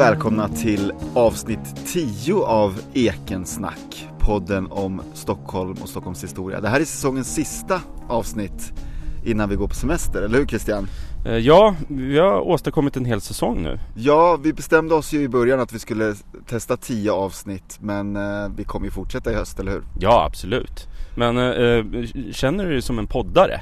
välkomna till avsnitt 10 av Ekensnack, podden om Stockholm och Stockholms historia. Det här är säsongens sista avsnitt innan vi går på semester, eller hur Christian? Ja, vi har åstadkommit en hel säsong nu. Ja, vi bestämde oss ju i början att vi skulle testa 10 avsnitt, men vi kommer ju fortsätta i höst, eller hur? Ja, absolut. Men känner du dig som en poddare?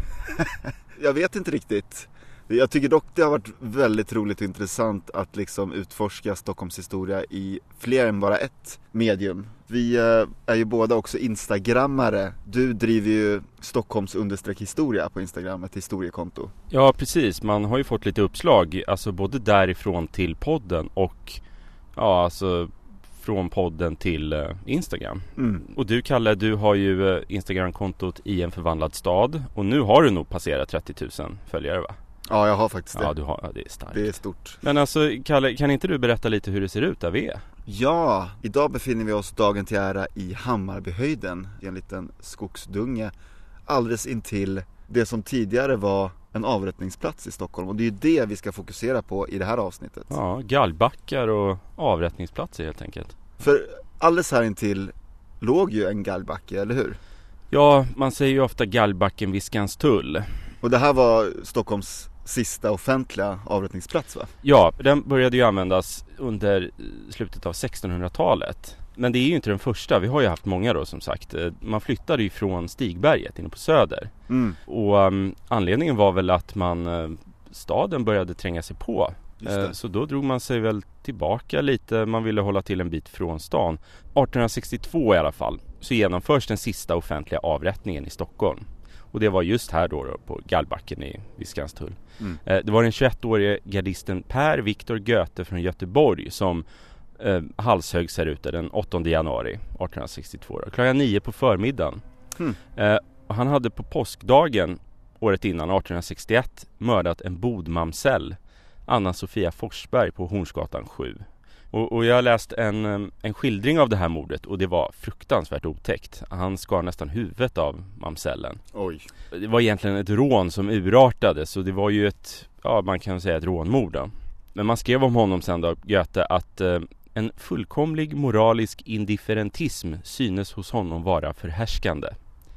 Jag vet inte riktigt. Jag tycker dock det har varit väldigt roligt och intressant att liksom utforska Stockholms historia i fler än bara ett medium. Vi är ju båda också instagrammare. Du driver ju Stockholms_historia på Instagram, ett historiekonto. Ja, precis. Man har ju fått lite uppslag, alltså både därifrån till podden och ja, alltså från podden till Instagram. Och du, Kalle, du har ju Instagramkontot i en förvandlad stad och nu har du nog passerat 30 000 följare, va? Ja, jag har faktiskt det. Ja, du har, ja, det är starkt. Det är stort. Men alltså, Kalle, kan inte du berätta lite hur det ser ut där vi är? Ja, idag befinner vi oss dagen till ära i Hammarbyhöjden, i en liten skogsdunge alldeles intill det som tidigare var en avrättningsplats i Stockholm. Och det är ju det vi ska fokusera på i det här avsnittet. Ja, gallbackar och avrättningsplatser helt enkelt. För alldeles här intill låg ju en gallbacke, eller hur? Ja, man säger ju ofta gallbacken vid Skanstull. Och det här var Stockholms sista offentliga avrättningsplats, va? Ja, den började ju användas under slutet av 1600-talet. Men det är ju inte den första, vi har ju haft många då som sagt. Man flyttade ju från Stigberget inne på Söder. Och anledningen var väl att staden började tränga sig på. Så då drog man sig väl tillbaka lite, man ville hålla till en bit från stan. 1862 i alla fall så genomförs den sista offentliga avrättningen i Stockholm. Och det var just här då på Gallbacken vid Skanstull. Det var den 21-årige gardisten Per Victor Goethe från Göteborg som halshöggs här ute den 8 januari 1862. Klockan 9 på förmiddagen. Och han hade på påskdagen året innan, 1861, mördat en bodmamsell, Anna-Sofia Forsberg, på Hornsgatan 7. Och jag har läst en skildring av det här mordet och det var fruktansvärt otäckt. Han skar nästan huvudet av mamsellen. Oj. Det var egentligen ett rån som urartade, så det var ju man kan säga ett rånmord då. Men man skrev om honom sen då, Goethe, att en fullkomlig moralisk indifferentism synes hos honom vara förhärskande.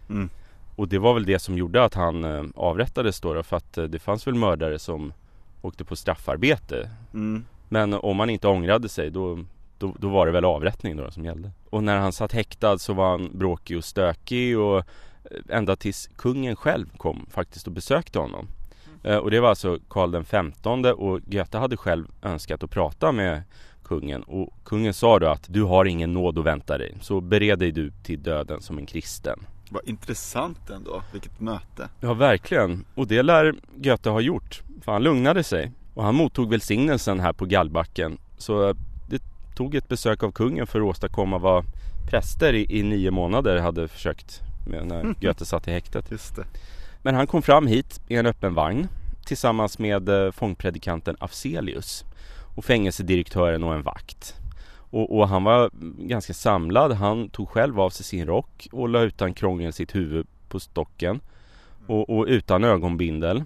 Och det var väl det som gjorde att han avrättades då, för att det fanns väl mördare som åkte på straffarbete. Men om man inte ångrade sig då var det väl avrättning då som gällde. Och när han satt häktad så var han bråkig och stökig, och ända tills kungen själv kom faktiskt och besökte honom. Och det var alltså Karl den 15, och Goethe hade själv önskat att prata med kungen. Och kungen sa då att du har ingen nåd att vänta dig, så bered dig du till döden som en kristen. Vad intressant ändå, vilket möte. Ja, verkligen. Och det lär Goethe ha gjort, för han lugnade sig. Och han mottog välsignelsen här på Gallbacken. Så det tog ett besök av kungen för att åstadkomma vad präster i 9 månader hade försökt med när Goethe satt i häktet. Just det. Men han kom fram hit i en öppen vagn tillsammans med fångpredikanten Afzelius och fängelsedirektören och en vakt. Och han var ganska samlad. Han tog själv av sig sin rock och la utan krångel sitt huvud på stocken och utan ögonbindel.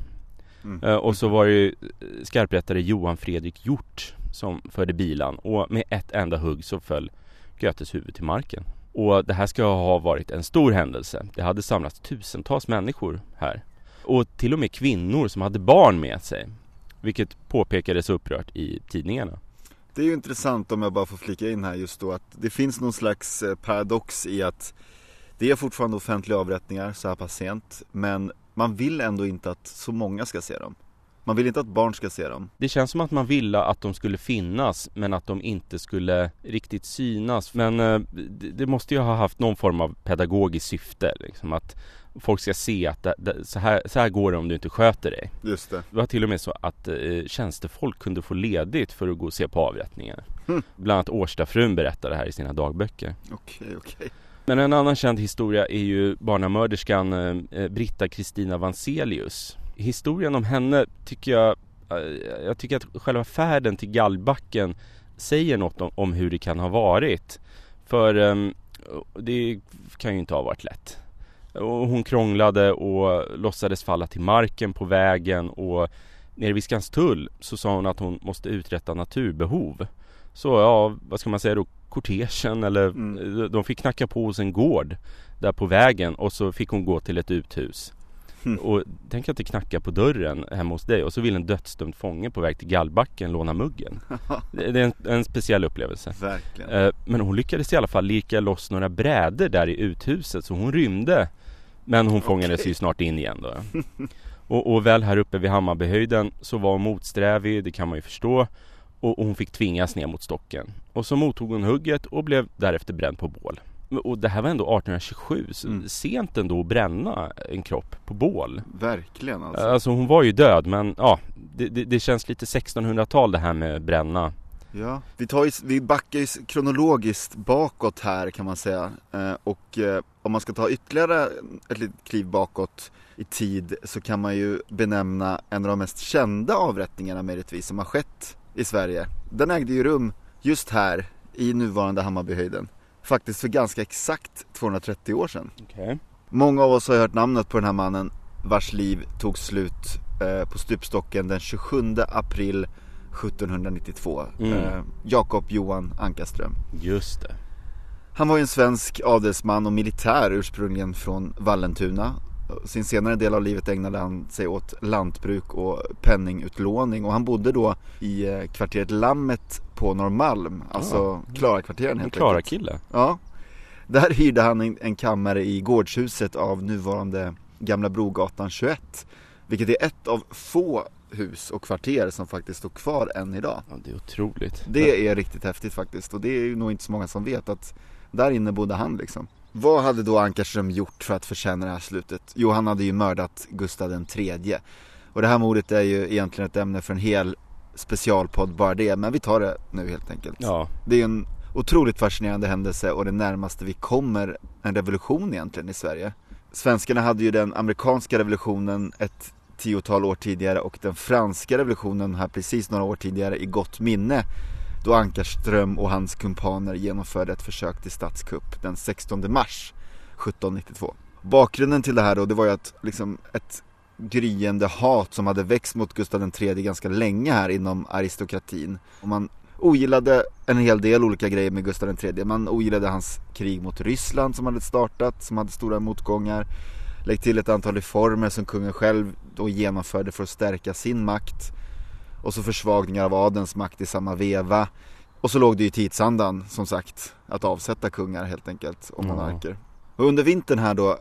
Och så var det skarprättare Johan Fredrik Hjort som förde bilan, och med ett enda hugg så föll Goethes huvud till marken. Och det här ska ha varit en stor händelse. Det hade samlats tusentals människor här, och till och med kvinnor som hade barn med sig, vilket påpekades upprört i tidningarna. Det är ju intressant, om jag bara får flika in här just då, att det finns någon slags paradox i att det är fortfarande offentliga avrättningar så här pass sent, men man vill ändå inte att så många ska se dem. Man vill inte att barn ska se dem. Det känns som att man ville att de skulle finnas, men att de inte skulle riktigt synas. Men det måste ju ha haft någon form av pedagogiskt syfte, liksom, att folk ska se att så här går det om du inte sköter dig. Just det. Det var till och med så att tjänstefolk kunde få ledigt för att gå och se på avrättningar. Bland annat Årstafrun berättade här i sina dagböcker. Okej. Men en annan känd historia är ju barnamörderskan Britta Kristina Vanzelius. Historien om henne tycker jag tycker att själva färden till Gallbacken säger något om hur det kan ha varit. För det kan ju inte ha varit lätt. Och hon krånglade och låtsades falla till marken på vägen, och nere vid Skanstull så sa hon att hon måste uträtta naturbehov. Så ja, vad ska man säga då, kortegen eller de fick knacka på hos en gård där på vägen och så fick hon gå till ett uthus. Och tänk att det knackar på dörren hemma hos dig och så vill en dödsdömd fånge på väg till Gallbacken låna muggen. Det är en speciell upplevelse. Verkligen. Men hon lyckades i alla fall lirka loss några brädor där i uthuset så hon rymde. Men hon fångades ju snart in igen då. Och väl här uppe vid Hammarbyhöjden så var hon motsträvig, det kan man ju förstå. Och hon fick tvingas ner mot stocken. Och så mottog hon hugget och blev därefter bränd på bål. Och det här var ändå 1827, så sent ändå att bränna en kropp på bål. Verkligen alltså. Alltså hon var ju död, men ja, det känns lite 1600-tal det här med bränna. Ja, vi backar ju kronologiskt bakåt här kan man säga. Och om man ska ta ytterligare ett litet kliv bakåt i tid så kan man ju benämna en av de mest kända avrättningarna möjligtvis som har skett i Sverige. Den ägde ju rum just här i nuvarande Hammarbyhöjden. Faktiskt för ganska exakt 230 år sedan. Okay. Många av oss har hört namnet på den här mannen vars liv tog slut på stupstocken den 27 april 1792. Jakob Johan Ankarström. Just det. Han var ju en svensk adelsman och militär ursprungligen från Vallentuna. Sin senare del av livet ägnade han sig åt lantbruk och penningutlåning. Och han bodde då i kvarteret Lammet på Norrmalm. Alltså Klara-kvarteren helt enkelt. Klara-kille. Ja. Där hyrde han en kammare i gårdshuset av nuvarande Gamla Brogatan 21. Vilket är ett av få hus och kvarter som faktiskt står kvar än idag. Ja, det är otroligt. Det är riktigt häftigt faktiskt. Och det är ju nog inte så många som vet att där inne bodde han liksom. Vad hade då Ankarström gjort för att förtjäna det här slutet? Jo, han hade ju mördat Gustav III. Och det här mordet är ju egentligen ett ämne för en hel specialpodd bara det. Men vi tar det nu helt enkelt. Ja. Det är en otroligt fascinerande händelse och det närmaste vi kommer en revolution egentligen i Sverige. Svenskarna hade ju den amerikanska revolutionen ett 10-tal år tidigare och den franska revolutionen här precis några år tidigare i gott minne. Då Ankarström och hans kumpaner genomförde ett försök till statskupp den 16 mars 1792. Bakgrunden till det här då, det var ju att liksom ett gryende hat som hade växt mot Gustav III ganska länge här inom aristokratin. Och man ogillade en hel del olika grejer med Gustav III. Man ogillade hans krig mot Ryssland som hade startat, som hade stora motgångar. Lägg till ett antal reformer som kungen själv då genomförde för att stärka sin makt. Och så försvagningar av adens makt i samma veva. Och så låg det ju tidsandan som sagt att avsätta kungar helt enkelt och monarker. Och under vintern här då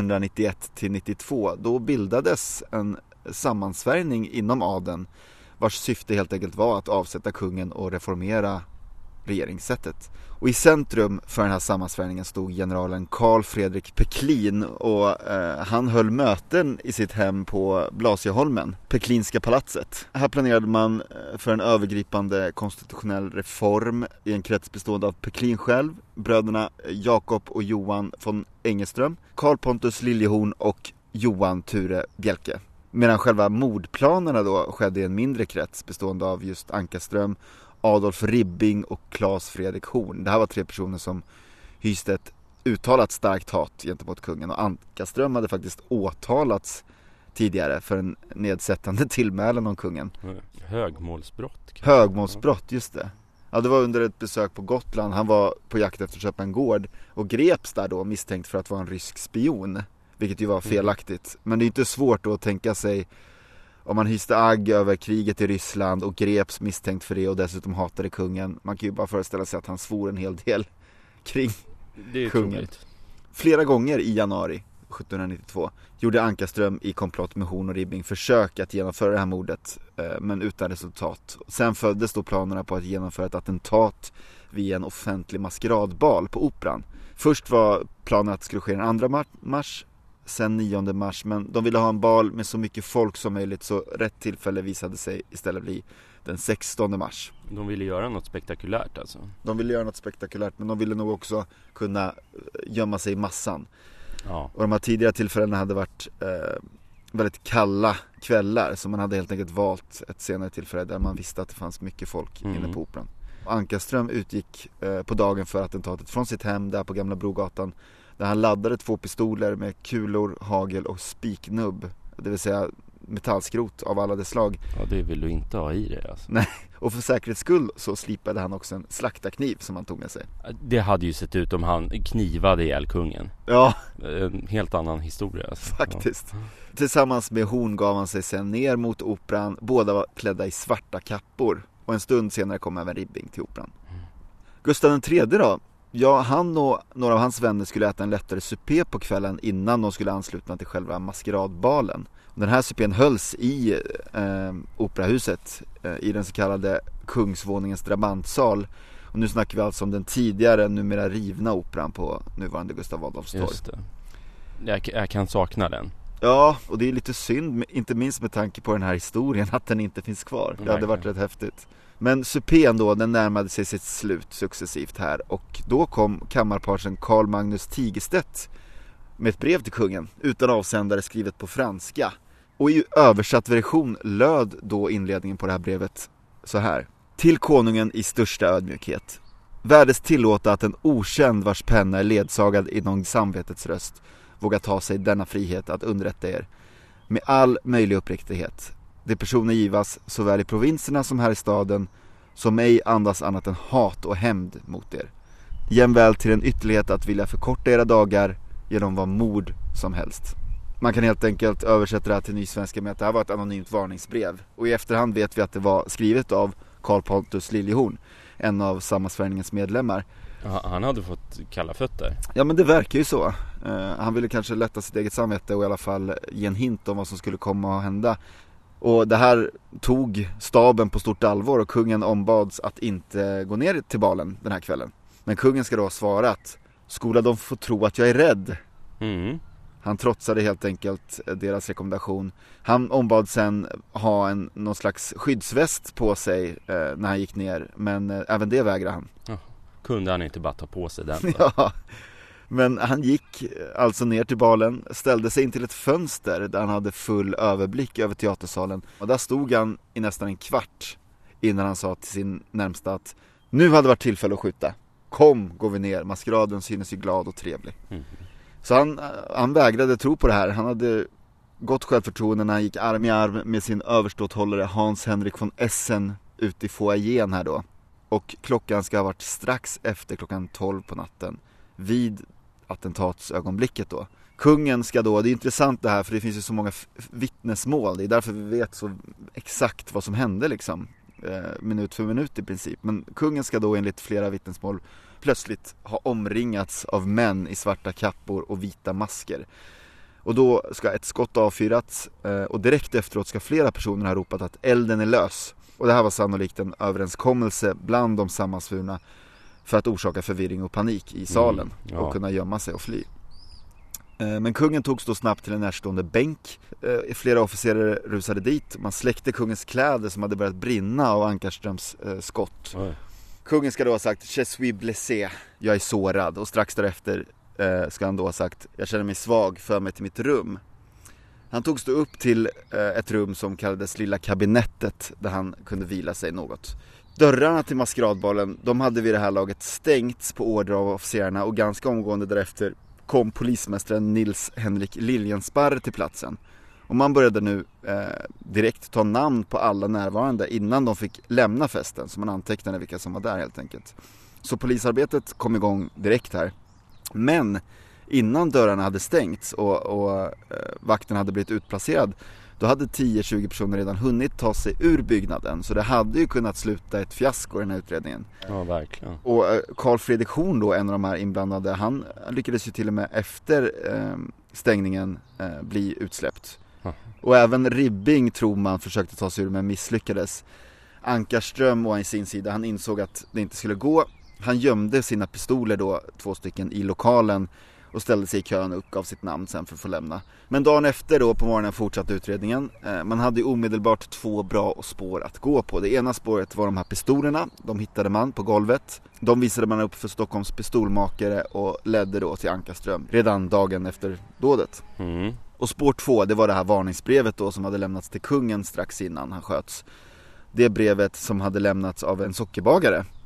1791-92 då bildades en sammansvärjning inom adeln vars syfte helt enkelt var att avsätta kungen och reformera regeringssättet. Och i centrum för den här sammansvärjningen stod generalen Carl Fredrik Peklin och han höll möten i sitt hem på Blasieholmen, Peklinska palatset. Här planerade man för en övergripande konstitutionell reform i en krets bestående av Peklin själv, bröderna Jakob och Johan von Engelström, Carl Pontus Liljehorn och Johan Ture Bjelke. Medan själva mordplanerna då skedde i en mindre krets bestående av just Ankarström, Adolf Ribbing och Claes Fredrik Horn. Det här var 3 personer som hyste ett uttalat starkt hat gentemot kungen. Och Ankarström hade faktiskt åtalats tidigare för en nedsättande tillmälen om kungen. Högmålsbrott. Högmålsbrott, just det. Ja, det var under ett besök på Gotland. Han var på jakt efter att köpa en gård och greps där då misstänkt för att vara en rysk spion. Vilket ju var felaktigt. Men det är inte svårt då att tänka sig om man hyste agg över kriget i Ryssland och greps misstänkt för det och dessutom hatade kungen. Man kan ju bara föreställa sig att han svor en hel del kring det är kungen. Troligt. Flera gånger i januari 1792 gjorde Ankarström i komplott med Horn och Ribbing försök att genomföra det här mordet, men utan resultat. Sen föddes då planerna på att genomföra ett attentat vid en offentlig maskeradbal på Operan. Först var planen att det skulle ske den 2 mars, sen 9 mars, men de ville ha en bal med så mycket folk som möjligt, så rätt tillfälle visade sig istället bli den 16 mars. De ville göra något spektakulärt alltså. De ville göra något spektakulärt, men de ville nog också kunna gömma sig i massan. Ja. Och de här tidigare tillfällena hade varit väldigt kalla kvällar, så man hade helt enkelt valt ett senare tillfälle där man visste att det fanns mycket folk inne på Operan. Ankarström utgick på dagen för attentatet från sitt hem där på Gamla Brogatan, där han laddade 2 pistoler med kulor, hagel och spiknubb. Det vill säga metallskrot av alla dess slag. Ja, det vill du inte ha i det alltså. Nej, och för säkerhets skull så slipade han också en slaktarkniv som han tog med sig. Det hade ju sett ut om han knivade ihjäl kungen. Ja. En helt annan historia alltså. Faktiskt. Ja. Tillsammans med Horn gav han sig sen ner mot operan. Båda var klädda i svarta kappor. Och en stund senare kom även Ribbing till operan. Gustav III då? Ja, han och några av hans vänner skulle äta en lättare supé på kvällen innan de skulle anslutna till själva maskeradbalen. Den här supén hölls i operahuset i den så kallade Kungsvåningens drabantsal. Och nu snackar vi alltså om den tidigare, numera rivna operan på nuvarande Gustav Adolfs torg. Just det. Jag kan sakna den. Ja, och det är lite synd, inte minst med tanke på den här historien, att den inte finns kvar. Det hade varit rätt häftigt. Men supén då, den närmade sig sitt slut successivt här. Och då kom kammarparsen Carl Magnus Tigerstedt med ett brev till kungen utan avsändare, skrivet på franska. Och i översatt version löd då inledningen på det här brevet så här: till konungen i största ödmjukhet. Värdes tillåta att en okänd vars penna är ledsagad i någon samvetets röst vågar ta sig denna frihet att underrätta er med all möjlig uppriktighet. De personer givas såväl i provinserna som här i staden, som ej andas annat än hat och hämnd mot er. Jämväl till en ytterlighet att vilja förkorta era dagar genom vad mord som helst. Man kan helt enkelt översätta det här till nysvenska med att det här var ett anonymt varningsbrev. Och i efterhand vet vi att det var skrivet av Carl Pontus Liljehorn, en av sammansvärjningens medlemmar. Han hade fått kalla fötter. Ja, men det verkar ju så. Han ville kanske lätta sitt eget samvete och i alla fall ge en hint om vad som skulle komma att hända. Och det här tog staben på stort allvar och kungen ombads att inte gå ner till balen den här kvällen. Men kungen ska då ha svarat: skola de få tro att jag är rädd? Mm. Han trotsade helt enkelt deras rekommendation. Han ombad sen ha någon slags skyddsväst på sig när han gick ner. Men även det vägrade han. Ja, kunde han inte bara ta på sig den? Ja, men han gick alltså ner till balen, ställde sig in till ett fönster där han hade full överblick över teatersalen. Och där stod han i nästan en kvart innan han sa till sin närmsta att nu hade varit tillfälle att skjuta. Kom, går vi ner. Maskeraden synes ju glad och trevlig. Mm. Så han vägrade tro på det här. Han hade gott självförtroende när han gick arm i arm med sin överståthållare Hans Henrik von Essen ute i foajén här då. Och klockan ska ha varit strax efter klockan 12 på natten vid attentatsögonblicket då. Kungen ska då, det är intressant det här för det finns ju så många vittnesmål. Det är därför vi vet så exakt vad som hände liksom. Minut för minut i princip. Men kungen ska då enligt flera vittnesmål plötsligt ha omringats av män i svarta kappor och vita masker. Och då ska ett skott avfyrats och direkt efteråt ska flera personer ha ropat att elden är lös. Och det här var sannolikt en överenskommelse bland de sammansvurna för att orsaka förvirring och panik i salen och kunna gömma sig och fly. Men kungen togs då snabbt till en närstående bänk. Flera officerare rusade dit. Man släckte kungens kläder som hade börjat brinna av Ankarströms skott. Kungen ska då ha sagt "Je suis blessé", jag är sårad. Och strax därefter ska han då ha sagt "jag känner mig svag, för mig till mitt rum". Han togs då upp till ett rum som kallades Lilla kabinettet där han kunde vila sig något. Dörrarna till maskeradbalen, de hade vid det här laget stängts på order av officerarna och ganska omgående därefter kom polismästaren Nils Henrik Liljensparr till platsen. Och man började nu direkt ta namn på alla närvarande innan de fick lämna festen, så man antecknade vilka som var där helt enkelt. Så polisarbetet kom igång direkt här. Men innan dörrarna hade stängts och vakten hade blivit utplacerad, då hade 10-20 personer redan hunnit ta sig ur byggnaden. Så det hade ju kunnat sluta ett fiasko i den här utredningen. Ja, verkligen. Och Carl Fredrik Horn då, en av de här inblandade, han lyckades ju till och med efter stängningen bli utsläppt. Och även Ribbing tror man försökte ta sig ur men misslyckades. Ankarström å sin sida, han insåg att det inte skulle gå. Han gömde sina pistoler då, 2 stycken, i lokalen och ställde sig i kön och uppgav sitt namn sen för att få lämna. Men dagen efter då på morgonen fortsatte utredningen. Man hade ju omedelbart 2 bra spår att gå på. Det ena spåret var de här pistolerna. De hittade man på golvet. De visade man upp för Stockholms pistolmakare och ledde då till Ankarström redan dagen efter dådet. Mm. Och spår 2, det var det här varningsbrevet då som hade lämnats till kungen strax innan han sköts. Det brevet som hade lämnats av en sockerbagare,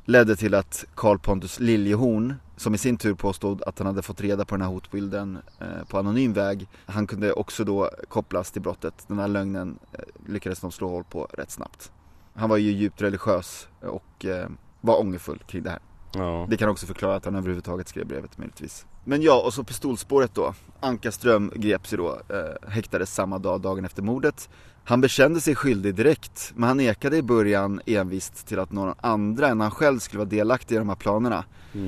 ledde till att Carl Pontus Liljehorn, som i sin tur påstod att han hade fått reda på den här hotbilden på anonym väg, han kunde också då kopplas till brottet. Den här lögnen lyckades de slå hål på rätt snabbt. Han var ju djupt religiös och var ångerfull kring det här. Ja. Det kan också förklara att han överhuvudtaget skrev brevet möjligtvis. Men ja, och så pistolspåret då. Ankarström greps ju då, häktades samma dag, dagen efter mordet. Han bekände sig skyldig direkt, men han nekade i början envist till att någon andra än han själv skulle vara delaktig i de här planerna.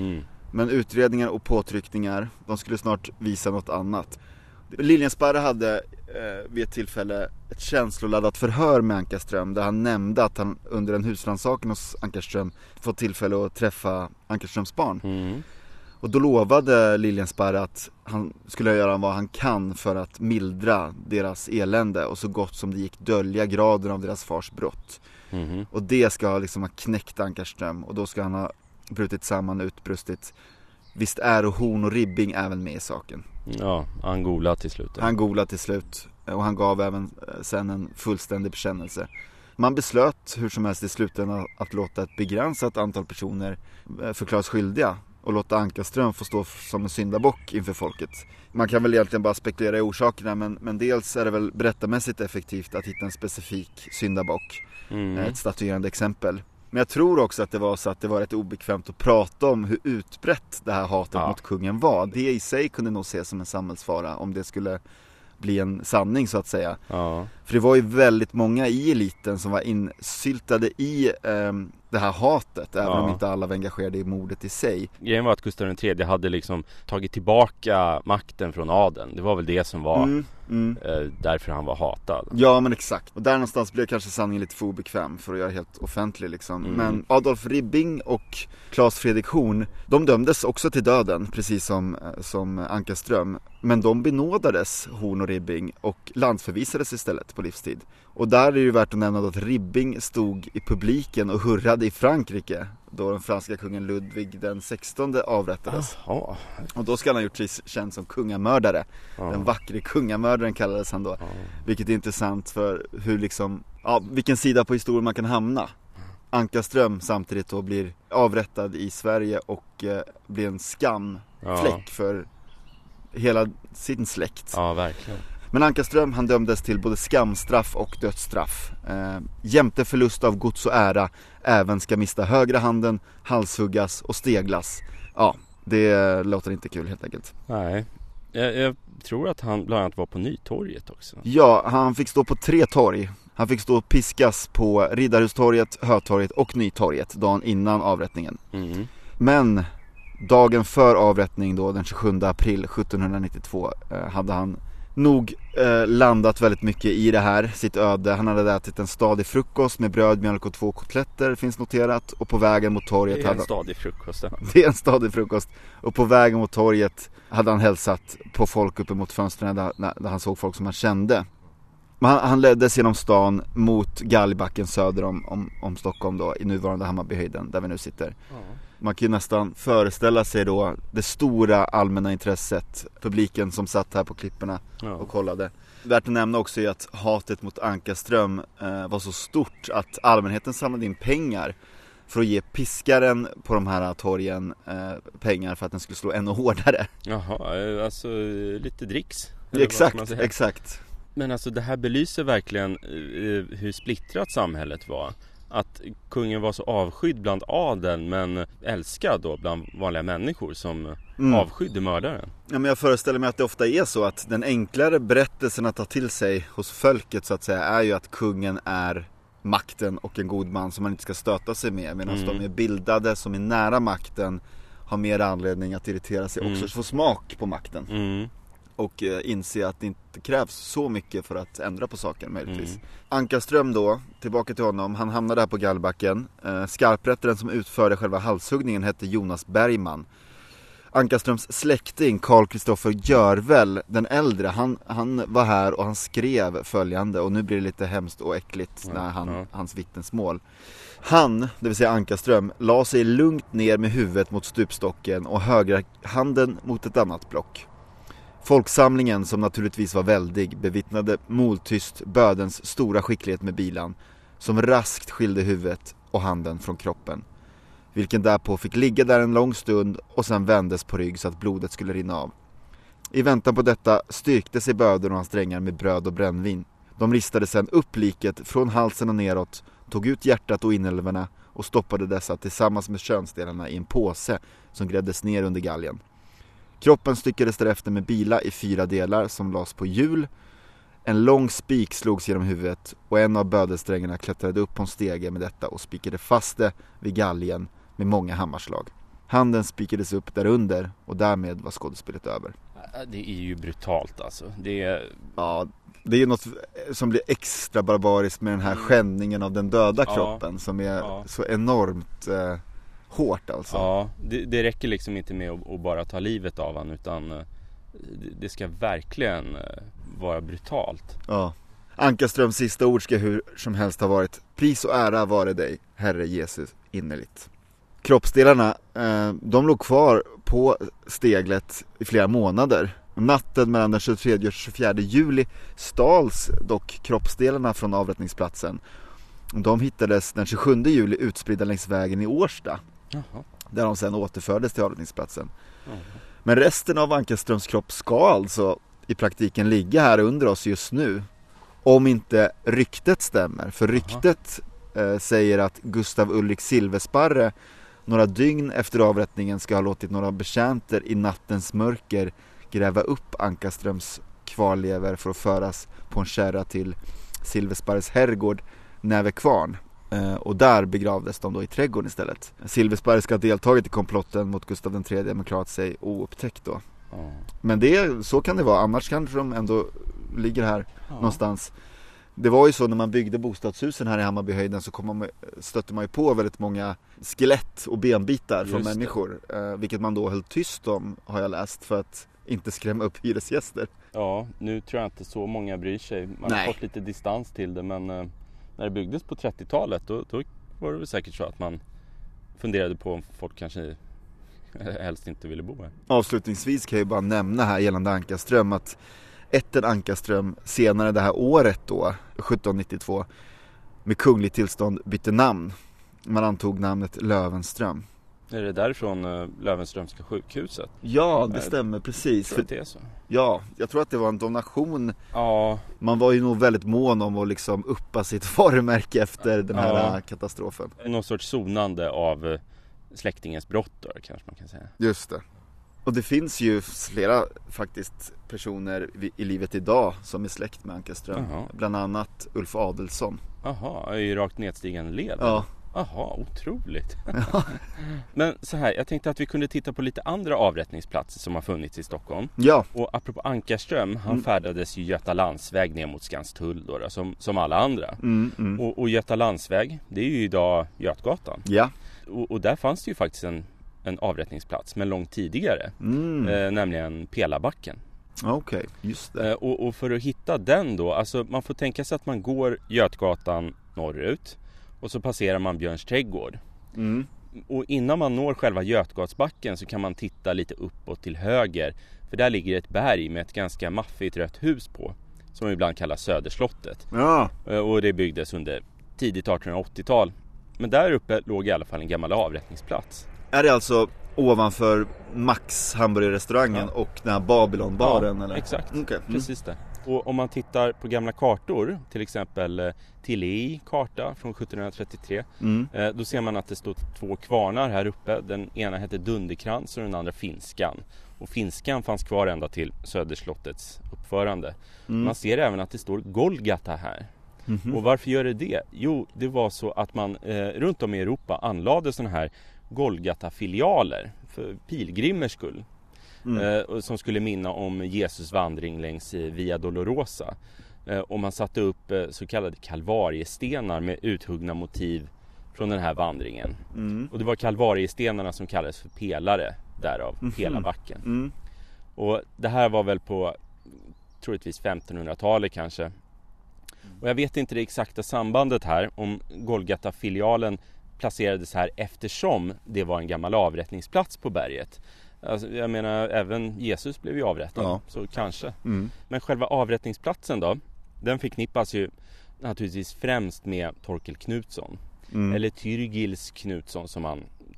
Men utredningar och påtryckningar, de skulle snart visa något annat. Liljensparre hade vid ett tillfälle ett känsloladdat förhör med Ankarström, där han nämnde att han under en husrannsakan hos Ankarström fått tillfälle att träffa Ankarströms barn. Och då lovade Liljensparre att han skulle göra vad han kan för att mildra deras elände och så gott som det gick dölja graden av deras fars brott. Och det ska liksom ha knäckt Ankarström, och då ska han ha brutit samman och utbrustit: visst är och Horn och Ribbing även med i saken. Ja, han golade till slut. Han golade till slut, och han gav även sen en fullständig bekännelse. Man beslöt hur som helst i slutändan att låta ett begränsat antal personer förklaras skyldiga och låta Ankarström få stå som en syndabock inför folket. Man kan väl egentligen bara spekulera i orsakerna, men dels är det väl berättarmässigt effektivt att hitta en specifik syndabock, ett statuerande exempel. Men jag tror också att det var så att det var rätt obekvämt att prata om hur utbrett det här hatet mot kungen var. Det i sig kunde nog ses som en samhällsfara om det skulle bli en sanning så att säga. För det var ju väldigt många i eliten som var insyltade i det här hatet, även om inte alla var engagerade i mordet i sig. Grejen var att Gustav III hade liksom tagit tillbaka makten från adeln. Det var väl det som var därför han var hatad. Ja, men exakt. Och där någonstans blev kanske sanningen lite för obekväm för att göra helt offentlig liksom. Men Adolf Ribbing och Claes Fredrik Horn, de dömdes också till döden, precis som Ankarström. Men de benådades, Horn och Ribbing, och landsförvisades istället på livstid. Och där är det ju värt att nämna att Ribbing stod i publiken och hurrade i Frankrike då den franska kungen Ludvig den 16 avrättades. Och då ska han ha gjort sig känd som kungamördare. Den vackre kungamördaren kallades han då. Vilket är intressant för hur liksom, vilken sida på historien man kan hamna. Ankarström samtidigt då blir avrättad i Sverige och blir en skamfläck för hela sin släkt. Ja, verkligen. Men Ankarström, han dömdes till både skamstraff och dödsstraff. Jämte förlust av gods och ära, även ska mista högra handen, halshuggas och steglas. Ja, det låter inte kul helt enkelt. Nej, jag tror att han bland annat var på Nytorget också. Ja, han fick stå på 3 torg. Han fick stå och piskas på Riddarhustorget, Hötorget och Nytorget dagen innan avrättningen. Men dagen för avrättning då, den 27 april 1792, hade han nog landat väldigt mycket i det här, sitt öde. Han hade ätit en stadig frukost med bröd, mjölk och 2 kotletter, finns noterat. Och på vägen mot torget det är en stadig frukost. Det är en stadig frukost. Och på vägen mot torget hade han hälsat på folk uppe mot fönstren där han såg folk som han kände. Men han leddes genom stan mot Galgbacken söder om Stockholm då, i nuvarande Hammarbyhöjden där vi nu sitter. Man kan ju nästan föreställa sig då det stora allmänna intresset, publiken som satt här på klipporna och kollade. Värt att nämna också är att hatet mot Ankarström var så stort att allmänheten samlade in pengar för att ge piskaren på de här torgen pengar för att den skulle slå ännu hårdare. Jaha, alltså lite dricks. Exakt. Men alltså det här belyser verkligen hur splittrat samhället var. Att kungen var så avskydd bland adeln, men älskad då bland vanliga människor som avskydde mördaren. Ja, men jag föreställer mig att det ofta är så att den enklare berättelsen att ta till sig hos folket så att säga är ju att kungen är makten och en god man som man inte ska stöta sig med, medan de är bildade som är nära makten har mer anledning att irritera sig också, få smak på makten. Och inse att det inte krävs så mycket för att ändra på saken möjligtvis. Ankarström då, tillbaka till honom, han hamnade där på Galgbacken. Skarprättaren som utförde själva halshuggningen hette Jonas Bergman. Ankarströms släkting Carl Kristoffer Görvel, den äldre, han var här och han skrev följande, och nu blir det lite hemskt och äckligt när hans vittnesmål. Han, det vill säga Ankarström, la sig lugnt ner med huvudet mot stupstocken och högra handen mot ett annat block. Folksamlingen, som naturligtvis var väldig, bevittnade måltyst bödens stora skicklighet med bilan, som raskt skilde huvudet och handen från kroppen. vilken därpå fick ligga där en lång stund och sen vändes på rygg så att blodet skulle rinna av. I väntan på detta styrkte sig böden och hans drängar med bröd och brännvin. De ristade sedan upp liket från halsen och neråt, tog ut hjärtat och inälvorna och stoppade dessa tillsammans med könsdelarna i en påse som grävdes ner under galgen. Kroppen styckades därefter med bila i 4 delar som lades på hjul. En lång spik slogs genom huvudet och en av bödelsträngarna klättrade upp på en stege med detta och spikade fast det vid galgen med många hammarslag. Handen spikades upp därunder och därmed var skådespelet över. Det är ju brutalt alltså. Ja, det är något som blir extra barbariskt med den här skändningen av den döda kroppen som är så enormt hårt alltså. Ja, det räcker liksom inte med att bara ta livet av han, utan det ska verkligen vara brutalt. Ja. Ankarströms sista ord ska hur som helst ha varit: pris och ära vare dig, Herre Jesus, innerligt. Kroppsdelarna, de låg kvar på steglet i flera månader. Natten mellan den 23 och 24 juli stals dock kroppsdelarna från avrättningsplatsen. De hittades den 27 juli utspridda längs vägen i Årsta. Jaha. Där de sedan återfördes till avrättningsplatsen. Jaha. Men resten av Ankarströms kropp ska alltså i praktiken ligga här under oss just nu. Om inte ryktet stämmer. För ryktet säger att Gustav Ulrik Silversparre några dygn efter avrättningen ska ha låtit några betjänter i nattens mörker gräva upp Ankarströms kvarlever för att föras på en kärra till Silversparres herrgård Nävekvarn. Och där begravdes de då i trädgården istället. Silversparre ska ha deltagit i komplotten mot Gustav III men klarat sig oupptäckt då. Men så kan det vara, annars kanske de ändå ligger här någonstans. Det var ju så när man byggde bostadshusen här i Hammarbyhöjden så stötte man ju på väldigt många skelett och benbitar från människor. Vilket man då höll tyst om, har jag läst, för att inte skrämma upp hyresgäster. Ja, nu tror jag inte så många bryr sig. Man har fått lite distans till det, men när det byggdes på 30-talet då var det väl säkert så att man funderade på om folk kanske helst inte ville bo här. Avslutningsvis kan jag bara nämna här gällande Ankarström att ätten Ankarström senare det här året då, 1792, med kungligt tillstånd bytte namn. Man antog namnet Löwenström. Är det därifrån Löwenströmska sjukhuset? Ja, det stämmer precis. Tror det är så? Ja, jag tror att det var en donation. Ja. Man var ju nog väldigt mån om att liksom uppa sitt varumärke efter den här katastrofen. Någon sorts sonande av släktingens brott då, kanske man kan säga. Just det. Och det finns ju flera faktiskt personer i livet idag som är släkt med Ankarström. Bland annat Ulf Adelsson. Jaha, i rakt nedstigande led. Ja. Jaha, otroligt. Men så här, jag tänkte att vi kunde titta på lite andra avrättningsplatser som har funnits i Stockholm. Ja. Och apropå Ankarström, han färdades ju Göta Landsväg ner mot Skanstull då, som alla andra. Och Göta Landsväg, det är ju idag Götgatan. Ja. Och där fanns det ju faktiskt en avrättningsplats, men långt tidigare. Nämligen Pelarbacken. Okej, just det. Och för att hitta den då, alltså man får tänka sig att man går Götgatan norrut. Och så passerar man Björns trädgård. Och innan man når själva Götgatsbacken så kan man titta lite uppåt till höger. För där ligger ett berg med ett ganska maffigt rött hus på. Som ibland kallas Söderslottet. Ja. Och det byggdes under tidigt 1880-tal. Men där uppe låg i alla fall en gammal avrättningsplats. Är det alltså ovanför Max hamburgerrestaurangen och den här Babylonbaren? Ja, eller? Exakt. Okay. Precis det. Och om man tittar på gamla kartor, till exempel Tilly karta från 1733, då ser man att det står 2 kvarnar här uppe. Den ena heter Dunderkrans och den andra Finskan. Och Finskan fanns kvar ända till Söderslottets uppförande. Man ser även att det står Golgata här. Och varför gör det? Jo, det var så att man runt om i Europa anlade sådana här Golgata-filialer för pilgrimers skull. Som skulle minna om Jesus vandring längs Via Dolorosa. Och man satte upp så kallade kalvariestenar med uthuggna motiv från den här vandringen. Och det var kalvariestenarna som kallades för pelare, därav Pelarbacken. Och det här var väl på troligtvis 1500-talet kanske. Och jag vet inte det exakta sambandet här om Golgata-filialen placerades här eftersom det var en gammal avrättningsplats på berget. Alltså, jag menar, även Jesus blev ju avrättad, så kanske. Men själva avrättningsplatsen då, den förknippas ju naturligtvis främst med Torkel Knutsson. Eller Tyrgils Knutsson som han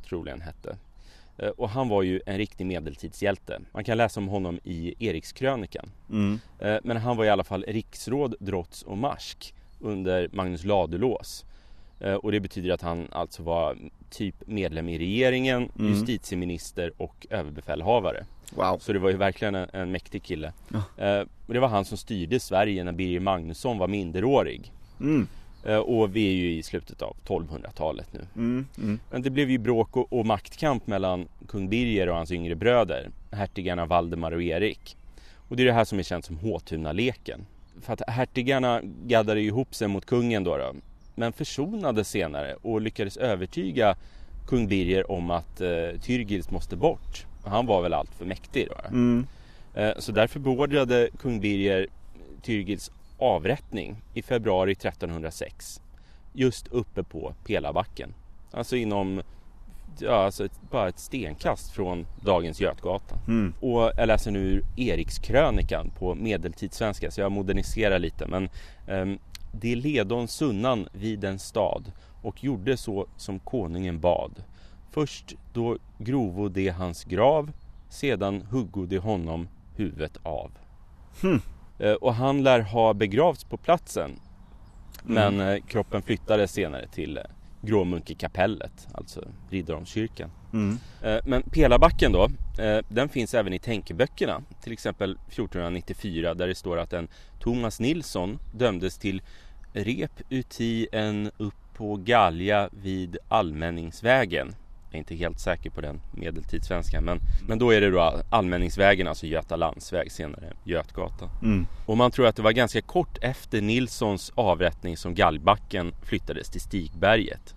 troligen hette. Och han var ju en riktig medeltidshjälte. Man kan läsa om honom i Erikskrönikan. Men han var i alla fall riksråd, drotts och marsk under Magnus Ladulås. Och det betyder att han alltså var typ medlem i regeringen, justitieminister och överbefälhavare. Wow. Så det var ju verkligen en mäktig kille. Och det var han som styrde Sverige när Birger Magnusson var minderårig. Och vi är ju i slutet av 1200-talet nu. Men det blev ju bråk och maktkamp mellan kung Birger och hans yngre bröder, hertigarna Valdemar och Erik. Och det är det här som är känt som Håtuna-leken. För att hertigarna gaddade ihop sig mot kungen då. Men försonade senare och lyckades övertyga kung Birger om att Tyrgils måste bort. Han var väl allt för mäktig då. Så därför beordrade kung Birger Tyrgils avrättning i februari 1306. Just uppe på Pelabacken. Alltså inom bara ett stenkast från dagens Götgatan. Och jag läser nu ur Erikskrönikan på medeltidssvenska, så jag moderniserar lite. Men det ledon sunnan vid en stad och gjorde så som konungen bad. Först då grovo det hans grav, sedan huggo det honom huvudet av. Och han lär ha begravts på platsen. Men kroppen flyttades senare till Gråmunkekapellet, alltså Riddarholmskyrkan. Men Pelabacken då, den finns även i tänkeböckerna. Till exempel 1494, där det står att en Thomas Nilsson dömdes till rep uti en upp på galja vid Allmänningsvägen. Jag är inte helt säker på den medeltidssvenska, men då är det då Allmänningsvägen, alltså Göta landsväg, senare Götgatan. Och man tror att det var ganska kort efter Nilssons avrättning som Gallbacken flyttades till Stigberget.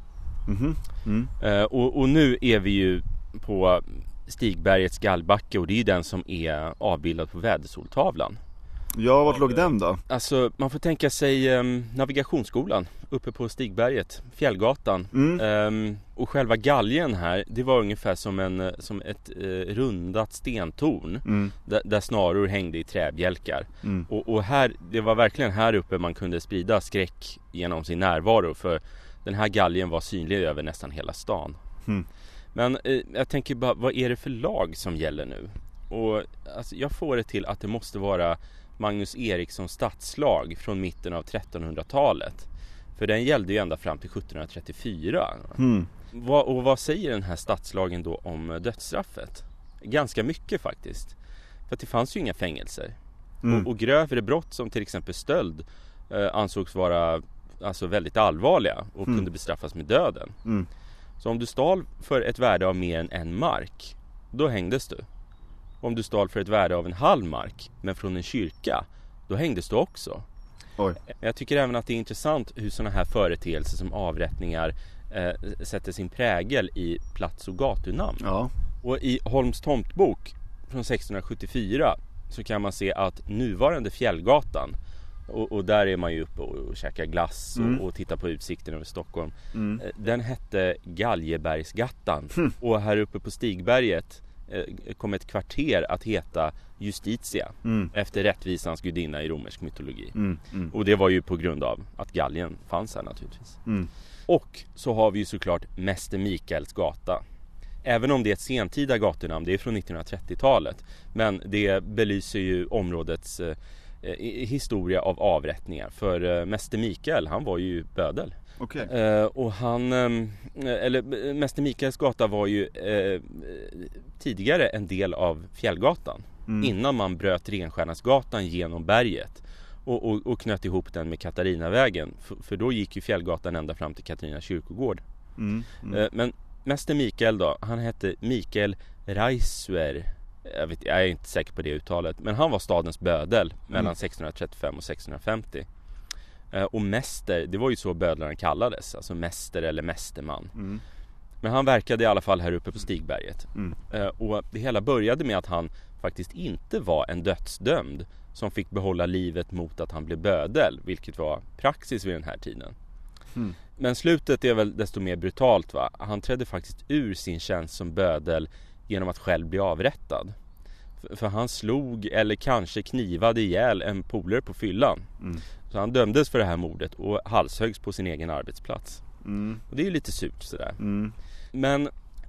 Och nu är vi ju på Stigbergets Gallbacke, och det är ju den som är avbildad på vädersoltavlan. Ja, vart låg den då? Alltså, man får tänka sig navigationsskolan uppe på Stigberget, Fjällgatan. Och själva galgen här, det var ungefär som ett rundat stentorn där snaror hängde i träbjälkar. Och här, det var verkligen här uppe man kunde sprida skräck genom sin närvaro, för den här galgen var synlig över nästan hela stan. Men jag tänker bara, vad är det för lag som gäller nu? Och alltså, jag får det till att det måste vara Magnus Erikssons stadslag från mitten av 1300-talet. För den gällde ju ända fram till 1734. Och vad säger den här stadslagen då om dödsstraffet? Ganska mycket faktiskt. För att det fanns ju inga fängelser. Och grövre brott som till exempel stöld ansågs vara alltså väldigt allvarliga och kunde bestraffas med döden. Så om du stal för ett värde av mer än en mark, då hängdes du. Om du stal för ett värde av en halv mark, men från en kyrka, då hängdes du också. Oj. Jag tycker även att det är intressant hur sådana här företeelser som avrättningar sätter sin prägel i plats- och gatunamn. Ja. Och i Holms tomtbok från 1674 så kan man se att nuvarande Fjällgatan, och där är man ju uppe och käkar glass och tittar på utsikten över Stockholm. Den hette Galjebergsgatan. Och här uppe på Stigberget kom ett kvarter att heta Justitia, efter rättvisans gudinna i romersk mytologi. Och det var ju på grund av att galgen fanns här naturligtvis. Och så har vi ju såklart Mäster Mikaels gata. Även om det är ett sentida gatunamn, det är från 1930-talet, men det belyser ju områdets historia av avrättningar. För Mäster Mikael, han var ju bödel. Och Mäster Mikaels gata var ju tidigare en del av Fjällgatan, innan man bröt Renstjärnasgatan genom berget och knöt ihop den med Katarinavägen, för då gick ju Fjällgatan ända fram till Katarina kyrkogård. Men Mäster Mikael då, han hette Mikael Reisuer. Jag är inte säker på det uttalet, men han var stadens bödel mellan 1635 och 1650. Och mäster, det var ju så bödlarna kallades, alltså mäster eller mästerman. Men han verkade i alla fall här uppe på Stigberget. Och det hela började med att han faktiskt inte var en dödsdömd som fick behålla livet mot att han blev bödel, vilket var praxis vid den här tiden. Men slutet är väl desto mer brutalt, va? Han trädde faktiskt ur sin tjänst som bödel genom att själv bli avrättad. För han slog eller kanske knivade ihjäl en polare på fyllan. Så han dömdes för det här mordet och halshögs på sin egen arbetsplats. Och det är ju lite surt sådär. Men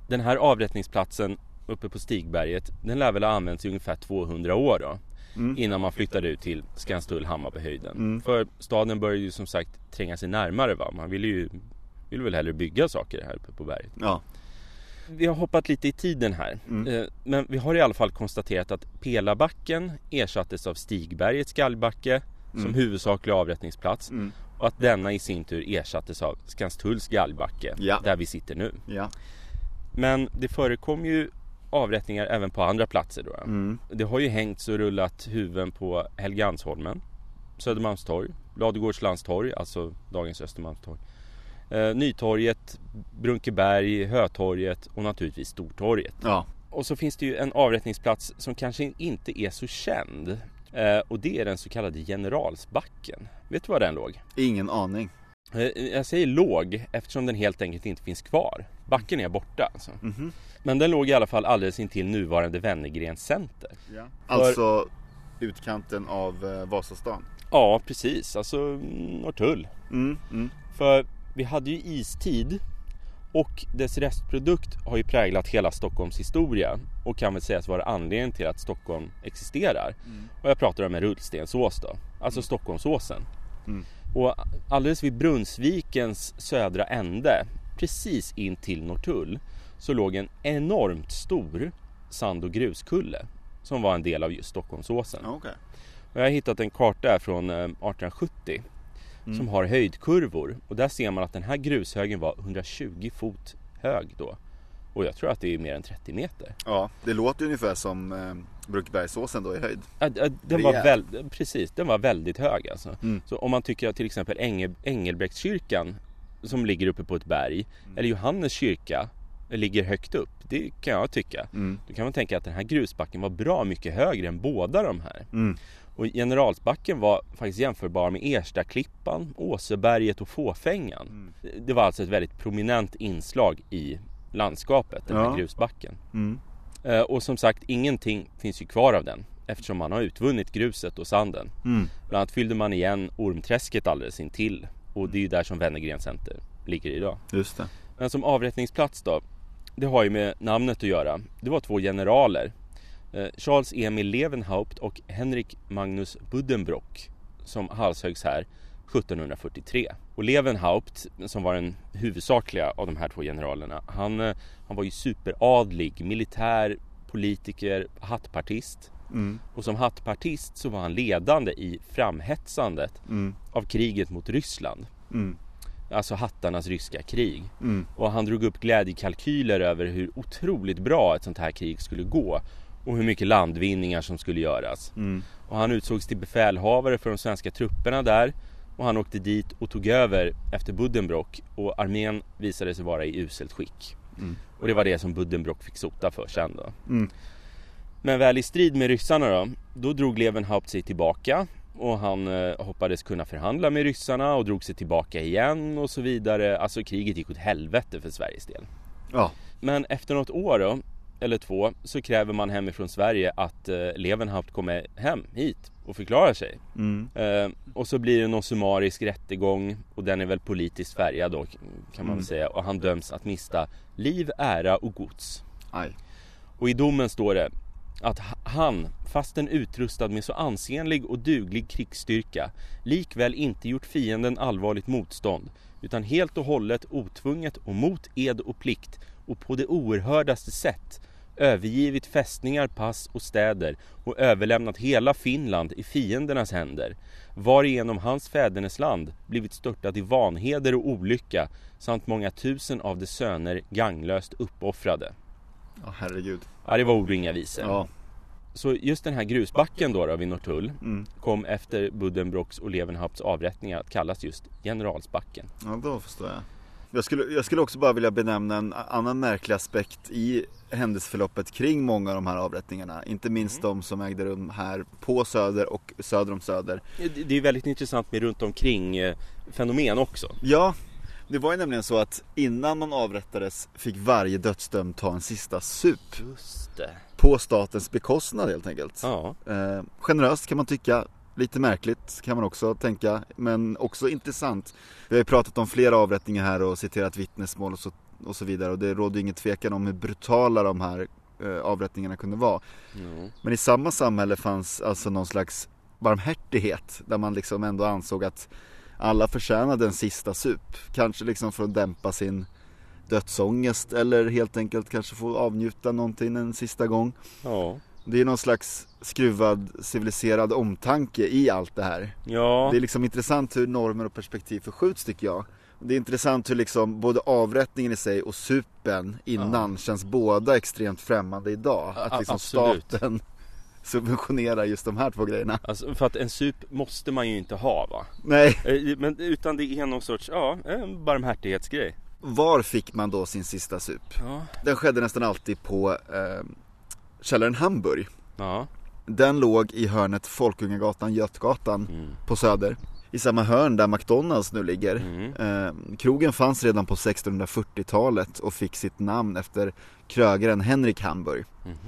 den här avrättningsplatsen uppe på Stigberget, den lär väl ha använts i ungefär 200 år då. Innan man flyttade ut till Skanstull-Hammarbyhöjden. För staden började ju som sagt tränga sig närmare, va? Man vill väl hellre bygga saker här uppe på berget. Ja. Vi har hoppat lite i tiden här. Men vi har i alla fall konstaterat att Pelabacken ersattes av Stigbergets skallbacke som huvudsaklig avrättningsplats. Och att denna i sin tur ersattes av Skanstulls gallbacke, där vi sitter nu. Ja. Men det förekom ju avrättningar även på andra platser då. Det har ju hängts och rullat huvuden på Helgeandsholmen, Södermalmstorg, Ladugårdslandstorg, alltså dagens Östermalmstorg, Nytorget, Brunkeberg, Hötorget och naturligtvis Stortorget. Ja. Och så finns det ju en avrättningsplats som kanske inte är så känd, och det är den så kallade Generalsbacken. Vet du var den låg? Ingen aning. Jag säger låg eftersom den helt enkelt inte finns kvar. Backen är borta alltså. Men den låg i alla fall alldeles intill nuvarande Wennergrens center. Ja. Alltså utkanten av Vasastan. Ja, precis. Alltså Norrtull. För vi hade ju istid och dess restprodukt har ju präglat hela Stockholms historia och kan väl sägas vara anledningen till att Stockholm existerar. Och jag pratar om en rullstensås då, alltså Stockholmsåsen. Och alldeles vid Brunnsvikens södra ände, precis in till Norrtull, så låg en enormt stor sand- och gruskulle som var en del av just Stockholmsåsen. Okay. Och jag har hittat en karta från 1870 som har höjdkurvor. Och där ser man att den här grushögen var 120 fot hög då. Och jag tror att det är mer än 30 meter. Ja, det låter ungefär som Brunkebergsåsen då i höjd. Den var väldigt hög alltså. Så om man tycker att till exempel Engelbrektskyrkan som ligger uppe på ett berg, eller Johannes kyrka ligger högt upp, det kan jag tycka. Då kan man tänka att den här grusbacken var bra mycket högre än båda de här. Och Generalsbacken var faktiskt jämförbar med Erstaklippan, Åseberget och Fåfängan. Det var alltså ett väldigt prominent inslag i landskapet, den här grusbacken. Och som sagt, ingenting finns ju kvar av den eftersom man har utvunnit gruset och sanden. Bland annat fyllde man igen Ormträsket alldeles intill, och det är ju där som Wennergrens center ligger idag. Just det. Men som avrättningsplats då, det har ju med namnet att göra. Det var 2 generaler, Charles Emil Levenhaupt och Henrik Magnus Buddenbrock, som halshöggs här 1743. Och Levenhaupt, som var den huvudsakliga av de här 2 generalerna, han var ju superadlig, militär, politiker, hattpartist. Och som hattpartist så var han ledande i framhetsandet av kriget mot Ryssland. Alltså hattarnas ryska krig. Och han drog upp glädjekalkyler över hur otroligt bra ett sånt här krig skulle gå och hur mycket landvinningar som skulle göras. Och han utsågs till befälhavare för de svenska trupperna där, och han åkte dit och tog över efter Buddenbrock, och armén visade sig vara i uselt skick. Och det var det som Buddenbrock fick sota för sen då. Men väl i strid med ryssarna då drog Levenhaupt sig tillbaka, och han hoppades kunna förhandla med ryssarna och drog sig tillbaka igen och så vidare. Alltså kriget gick åt helvete för Sveriges del. Ja. Men efter något år då, eller 2, så kräver man hemifrån Sverige att Levenhaupt kommer hem hit och förklarar sig. Och så blir det någon summarisk rättegång, och den är väl politiskt färgad då, kan man väl säga. Och han döms att mista liv, ära och gods. Aj. Och i domen står det att han, fastän utrustad med så ansenlig och duglig krigsstyrka, likväl inte gjort fienden allvarligt motstånd, utan helt och hållet otvunget och mot ed och plikt och på det oerhördaste sätt övergivit fästningar, pass och städer och överlämnat hela Finland i fiendernas händer, varigenom hans fädernesland blivit störtat i vanheder och olycka, samt många tusen av de söner ganglöst uppoffrade. Ja, herregud. Ja, det var ord och inga visor. Ja. Så just den här grusbacken då vid Norrtull kom efter Buddenbrocks och Levenhaupts avrättningar att kallas just Generalsbacken. Ja, då förstår jag. Jag skulle också bara vilja benämna en annan märklig aspekt i händelseförloppet kring många av de här avrättningarna. Inte minst de som ägde rum här på Söder och söder om Söder. Det är väldigt intressant med runt omkring fenomen också. Ja, det var ju nämligen så att innan man avrättades fick varje dödsdömd ta en sista sup. Just det. På statens bekostnad helt enkelt. Ja. Generöst kan man tycka. Lite märkligt kan man också tänka, men också intressant. Vi har ju pratat om flera avrättningar här och citerat vittnesmål och så och så vidare. Och det råder inget tvekan om hur brutala de här avrättningarna kunde vara. Men i samma samhälle fanns alltså någon slags barmhärtighet där man liksom ändå ansåg att alla förtjänade en sista sup. Kanske liksom för att dämpa sin dödsångest eller helt enkelt kanske få avnjuta någonting en sista gång. Ja. Det är någon slags skruvad, civiliserad omtanke i allt det här. Ja. Det är liksom intressant hur normer och perspektiv förskjuts, tycker jag. Det är intressant hur liksom både avrättningen i sig och supen innan känns båda extremt främmande idag. Att liksom staten subventionerar just de här två grejerna. Alltså, för att en sup måste man ju inte ha, va? Nej. Men utan det är någon sorts, en barmhärtighetsgrej. Var fick man då sin sista sup? Ja. Den skedde nästan alltid på källaren Hamburg. Ja. Den låg i hörnet Folkungagatan, Götgatan på Söder. I samma hörn där McDonalds nu ligger. Krogen fanns redan på 1640-talet och fick sitt namn efter krögaren Henrik Hamburg.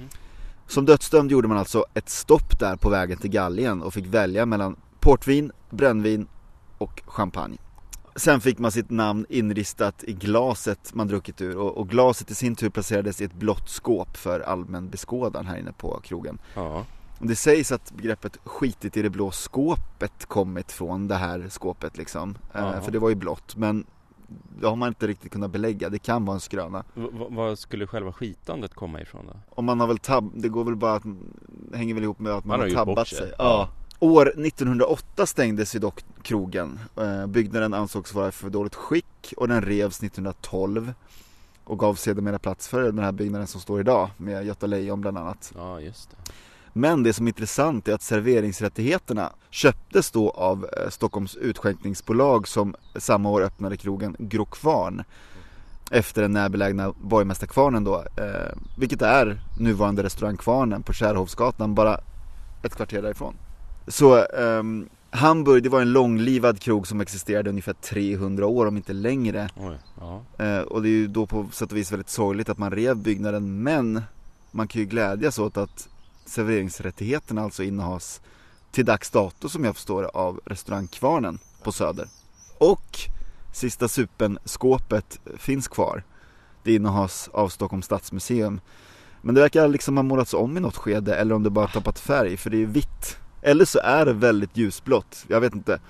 Som dödsdömd gjorde man alltså ett stopp där på vägen till galgen och fick välja mellan portvin, brännvin och champagne. Sen fick man sitt namn inristat i glaset man druckit ur och glaset i sin tur placerades i ett blått skåp för allmän beskådan här inne på krogen. Ja. Det sägs att begreppet skitit i det blå skåpet kommit från det här skåpet liksom. För det var ju blått, men det har man inte riktigt kunnat belägga. Det kan vara en skröna. Vad skulle själva skitandet komma ifrån då? Om man har väl det går väl bara att hänger väl ihop med att man har tabbat sig. Ja. År 1908 stängdes ju dock krogen. Byggnaden ansågs vara för dåligt skick och den revs 1912 och gav sedermera plats för den här byggnaden som står idag med Göta Lejon bland annat. Ja, just det. Men det som är intressant är att serveringsrättigheterna köptes då av Stockholms utskänkningsbolag som samma år öppnade krogen Grokvarn efter den närbelägna Borgmästarkvarnen då, vilket är nuvarande restaurangkvarnen på Kärhovsgatan, bara ett kvarter därifrån. Så Hamburg, det var en långlivad krog som existerade ungefär 300 år, om inte längre. Oj, ja. Och det är ju då på sätt och vis väldigt sorgligt att man rev byggnaden, men man kan ju glädjas åt att serveringsrättigheterna alltså innehas till dags dato, som jag förstår, av restaurangkvarnen på Söder. Och sista supen-skåpet finns kvar. Det innehas av Stockholms stadsmuseum. Men det verkar liksom ha målats om i något skede, eller om det bara tappat färg, för det är vitt. Eller så är det väldigt ljusblått, jag vet inte.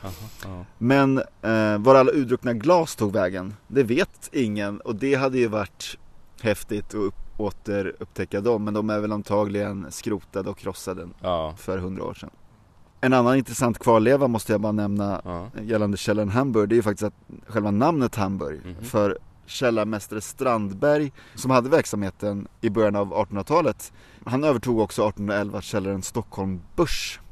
Men var alla udruckna glas tog vägen, det vet ingen. Och det hade ju varit häftigt att återupptäcka dem. Men de är väl antagligen skrotade och krossade för 100 år sedan. En annan intressant kvarleva måste jag bara nämna gällande källaren Hamburg. Det är ju faktiskt att själva namnet Hamburg. För källarmästare Strandberg, som hade verksamheten i början av 1800-talet, han övertog också 1811 källaren Stockholm Börs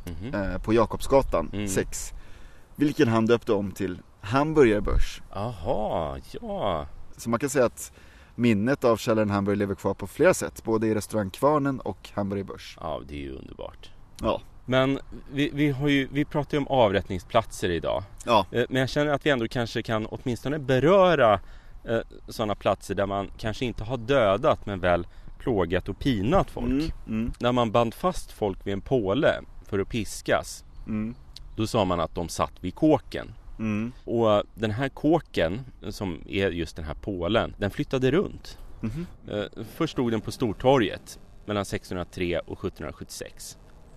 på Jakobsgatan 6, vilken han döpte om till Hamburger Börs. Aha, ja. Så man kan säga att minnet av källaren Hamburg lever kvar på flera sätt, både i restaurangkvarnen och Hamburger Börs. Ja, det är ju underbart. Ja. Men vi pratar ju om avrättningsplatser idag. Ja. Men jag känner att vi ändå kanske kan åtminstone beröra sådana platser där man kanske inte har dödat, men väl plågat och pinat folk. När man band fast folk vid en påle för att piskas, då sa man att de satt vid kåken. Och den här kåken, som är just den här pålen, den flyttade runt. Först stod den på Stortorget mellan 1603 och 1776.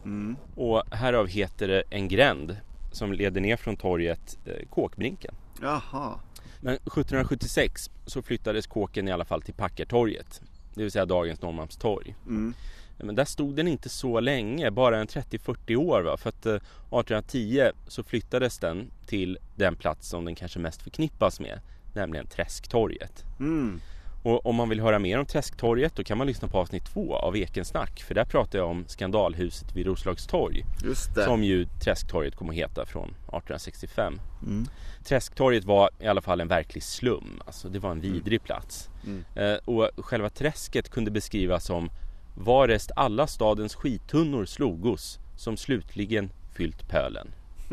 Och härav heter det en gränd som leder ner från torget Kåkbrinken. Jaha. Men 1776 så flyttades kåken i alla fall till Packartorget, det vill säga dagens Norrmalmstorg. Men där stod den inte så länge, bara en 30-40 år, va? För att 1810 så flyttades den till den plats som den kanske mest förknippas med, nämligen Träsktorget. Och om man vill höra mer om Träsktorget, då kan man lyssna på avsnitt 2 av Ekensnack, för där pratar jag om skandalhuset vid Roslagstorg. Just det. Som ju Träsktorget kommer att heta från 1865. Träsktorget var i alla fall en verklig slum, alltså det var en vidrig plats. Och själva träsket kunde beskrivas som varest alla stadens skittunnor slogos, som slutligen fyllt pölen.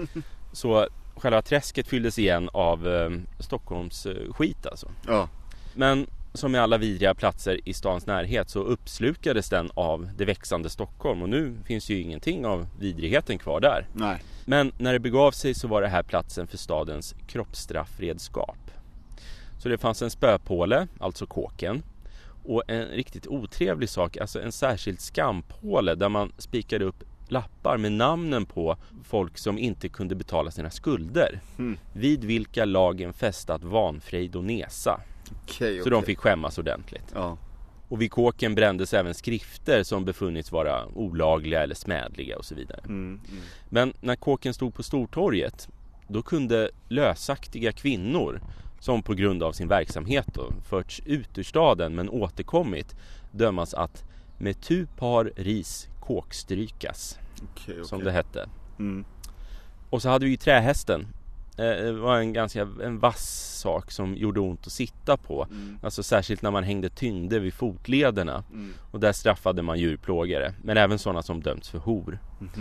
Så själva träsket fylldes igen av Stockholms skit alltså. Ja. Men som med alla vidriga platser i stans närhet så uppslukades den av det växande Stockholm, och nu finns ju ingenting av vidrigheten kvar där. Nej. Men när det begav sig så var det här platsen för stadens kroppsstraffredskap. Så det fanns en spöpåle, alltså kåken, och en riktigt otrevlig sak, alltså en särskild skampåle där man spikade upp lappar med namnen på folk som inte kunde betala sina skulder. Vid vilka lagen fästat vanfrejd och nesa. Okay. Så de fick skämmas ordentligt. Ja. Och vid kåken brändes även skrifter som befunnits vara olagliga eller smädliga och så vidare. Men när kåken stod på Stortorget, då kunde lösaktiga kvinnor som på grund av sin verksamhet då förts ut ur staden men återkommit dömas att med tu par ris kåkstrykas. Okay. Som det hette. Och så hade vi ju trähästen. Det var en vass sak som gjorde ont att sitta på. Alltså särskilt när man hängde tyngde vid fotlederna. Och där straffade man djurplågare. Men även sådana som dömts för hor.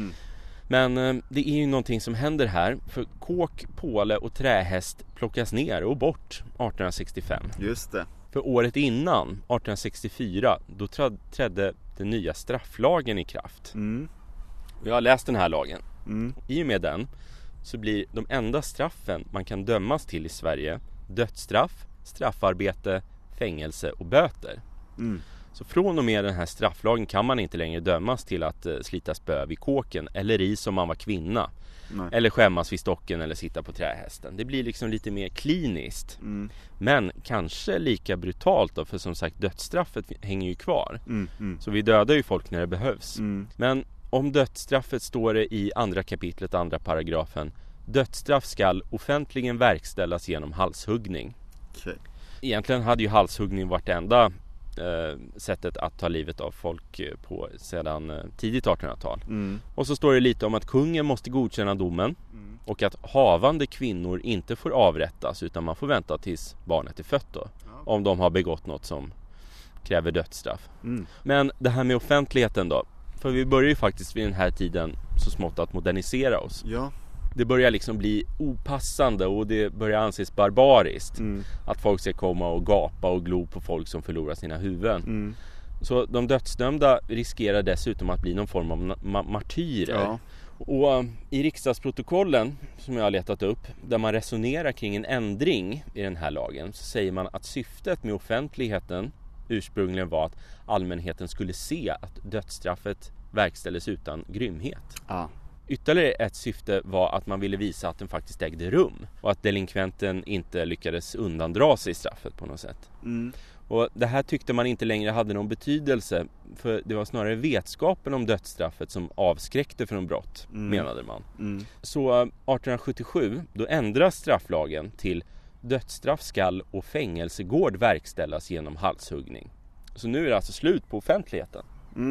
Men det är ju någonting som händer här. För kåk, påle och trähäst plockas ner och bort 1865. Just det. För året innan, 1864, då trädde den nya strafflagen i kraft. Vi har läst den här lagen. I och med den så blir de enda straffen man kan dömas till i Sverige dödsstraff, straffarbete, fängelse och böter. Så från och med den här strafflagen kan man inte längre dömas till att slita spö vid kåken eller i som man var kvinna. Nej. Eller skämmas vid stocken eller sitta på trähästen. Det blir liksom lite mer kliniskt. Men kanske lika brutalt då, för som sagt dödsstraffet hänger ju kvar. Så vi dödar ju folk när det behövs. Men om dödsstraffet står det i andra kapitlet, andra paragrafen: dödsstraff skall offentligen verkställas genom halshuggning. Okay. Egentligen hade ju halshuggning varit det enda sättet att ta livet av folk på sedan tidigt 1800-tal. Och så står det lite om att kungen måste godkänna domen och att havande kvinnor inte får avrättas utan man får vänta tills barnet är fött då, om de har begått något som kräver dödsstraff. Men det här med offentligheten då, för vi börjar ju faktiskt vid den här tiden så smått att modernisera oss. Ja. Det börjar liksom bli opassande och det börjar anses barbariskt att folk ska komma och gapa och glo på folk som förlorar sina huvuden. Så de dödsdömda riskerar dessutom att bli någon form av martyrer. Ja. Och i riksdagsprotokollen som jag har letat upp, där man resonerar kring en ändring i den här lagen, så säger man att syftet med offentligheten ursprungligen var att allmänheten skulle se att dödsstraffet verkställdes utan grymhet. Ja. Ytterligare ett syfte var att man ville visa att den faktiskt ägde rum och att delinkventen inte lyckades undandra sig straffet på något sätt. Och det här tyckte man inte längre hade någon betydelse, för det var snarare vetskapen om dödsstraffet som avskräckte från brott, menade man. Så 1877 då ändras strafflagen till dödsstraff skall och fängelsegård verkställas genom halshuggning. Så nu är det alltså slut på offentligheten.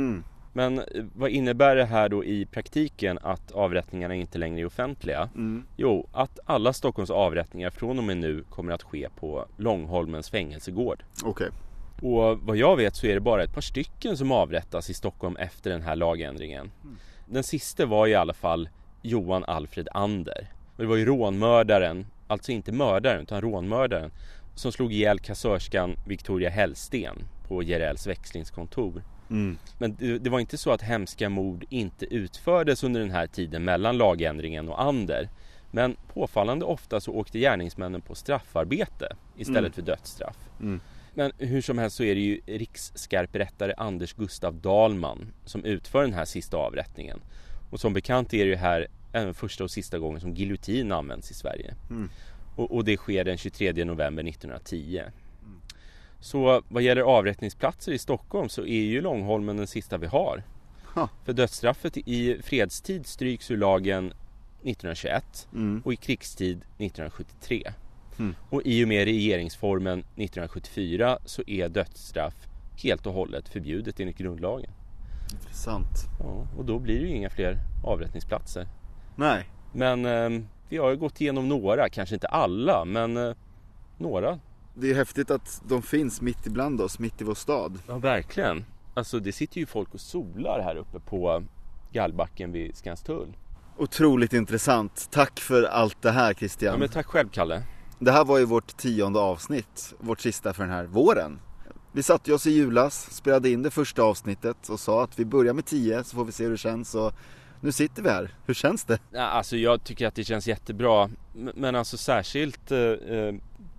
Men vad innebär det här då i praktiken att avrättningarna inte längre är offentliga? Jo, att alla Stockholms avrättningar från och med nu kommer att ske på Långholmens fängelsegård. Okej. Och vad jag vet så är det bara ett par stycken som avrättas i Stockholm efter den här lagändringen. Den sista var i alla fall Johan Alfred Ander. Och det var ju rånmördaren, alltså inte mördaren utan rånmördaren, som slog ihjäl kassörskan Victoria Hellsten på JRLs växlingskontor. Men det var inte så att hemska mord inte utfördes under den här tiden mellan lagändringen och Ander. Men påfallande ofta så åkte gärningsmännen på straffarbete istället för dödsstraff. Men hur som helst så är det ju riksskarprättare Anders Gustav Dahlman som utför den här sista avrättningen. Och som bekant är det ju här även första och sista gången som giljotin används i Sverige. Och det sker den 23 november 1910. Så vad gäller avrättningsplatser i Stockholm så är ju Långholmen den sista vi har. För dödsstraffet i fredstid stryks ur lagen 1921 och i krigstid 1973. Och i och med regeringsformen 1974 så är dödsstraff helt och hållet förbjudet enligt grundlagen. Intressant. Ja, och då blir det ju inga fler avrättningsplatser. Nej. Men vi har ju gått igenom några, kanske inte alla, men några. Det är häftigt att de finns mitt ibland oss, mitt i vår stad. Ja, verkligen. Alltså det sitter ju folk och solar här uppe på Gallbacken vid Skanstull. Otroligt intressant. Tack för allt det här, Christian. Ja, men tack själv, Kalle. Det här var ju vårt 10:e avsnitt, vårt sista för den här våren. Vi satte oss i julas, spelade in det första avsnittet och sa att vi börjar med 10 så får vi se hur det känns. Och nu sitter vi här. Hur känns det? Ja, alltså jag tycker att det känns jättebra. Men alltså särskilt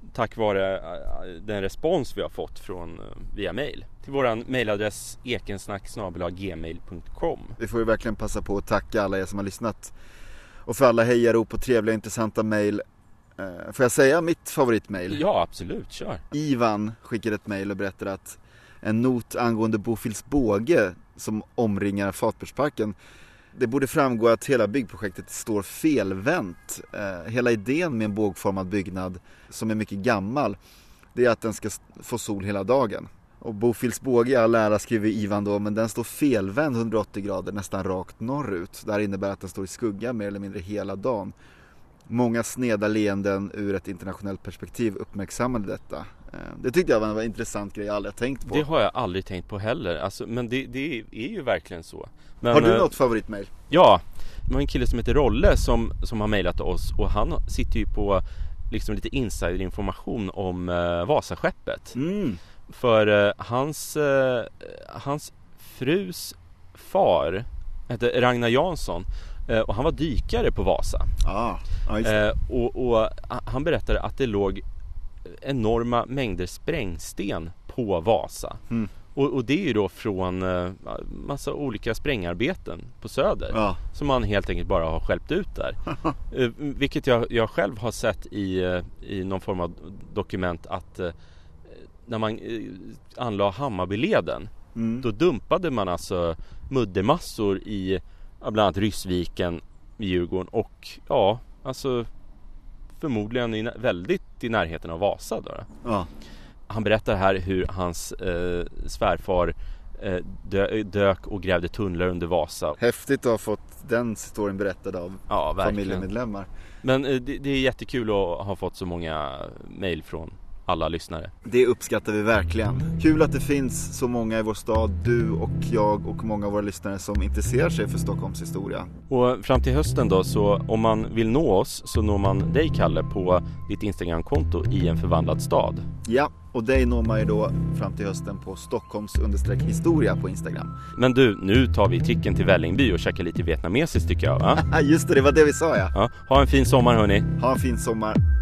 tack vare den respons vi har fått från via mail till våran mailadress ekensnack@gmail.com. Vi får ju verkligen passa på att tacka alla er som har lyssnat och för alla hejarop och trevliga intressanta mail. Får jag säga mitt favoritmail? Ja, absolut, kör. Ivan skickade ett mail och berättade att en not angående Bofils båge som omringar Fatbursparken, det borde framgå att hela byggprojektet står felvänt. Hela idén med en bågformad byggnad som är mycket gammal, det är att den ska få sol hela dagen. Och Bofils båge i all ära, skriver Ivan då, men den står felvänd 180 grader nästan rakt norrut. Det här innebär att den står i skugga mer eller mindre hela dagen. Många sneda leenden ur ett internationellt perspektiv uppmärksammade detta. Det tyckte jag var en intressant grej jag aldrig tänkt på. Det har jag aldrig tänkt på heller. Alltså, men det är ju verkligen så. Men, har du något favoritmail? Ja, det var en kille som heter Rolle som har mejlat oss. Och han sitter ju på liksom lite insiderinformation om Vasaskeppet. För hans frus far hette Ragnar Jansson. Och han var dykare på Vasa. Och han berättade att det låg enorma mängder sprängsten på Vasa. Och det är ju då från massa olika sprängarbeten på Söder som man helt enkelt bara har stjälpt ut där. Vilket jag själv har sett i någon form av dokument att när man anlade Hammarbyleden då dumpade man alltså muddermassor i bland annat Ryssviken i Djurgården och alltså förmodligen väldigt i närheten av Vasa då. Ja. Han berättar här hur hans svärfar dök och grävde tunnlar under Vasa. Häftigt att ha fått den storyn berättad av familjemedlemmar. Men det är jättekul att ha fått så många mejl från alla lyssnare. Det uppskattar vi verkligen. Kul att det finns så många i vår stad, du och jag och många av våra lyssnare som intresserar sig för Stockholms historia. Och fram till hösten då, så om man vill nå oss så når man dig, Kalle, på ditt Instagramkonto i en förvandlad stad. Ja, och dig når man ju då fram till hösten på Stockholms_historia på Instagram. Men du, nu tar vi tricken till Vällingby och käkar lite vietnamesiskt tycker jag, va? Just det var det vi sa, ja. Ha en fin sommar, hörni. Ha en fin sommar.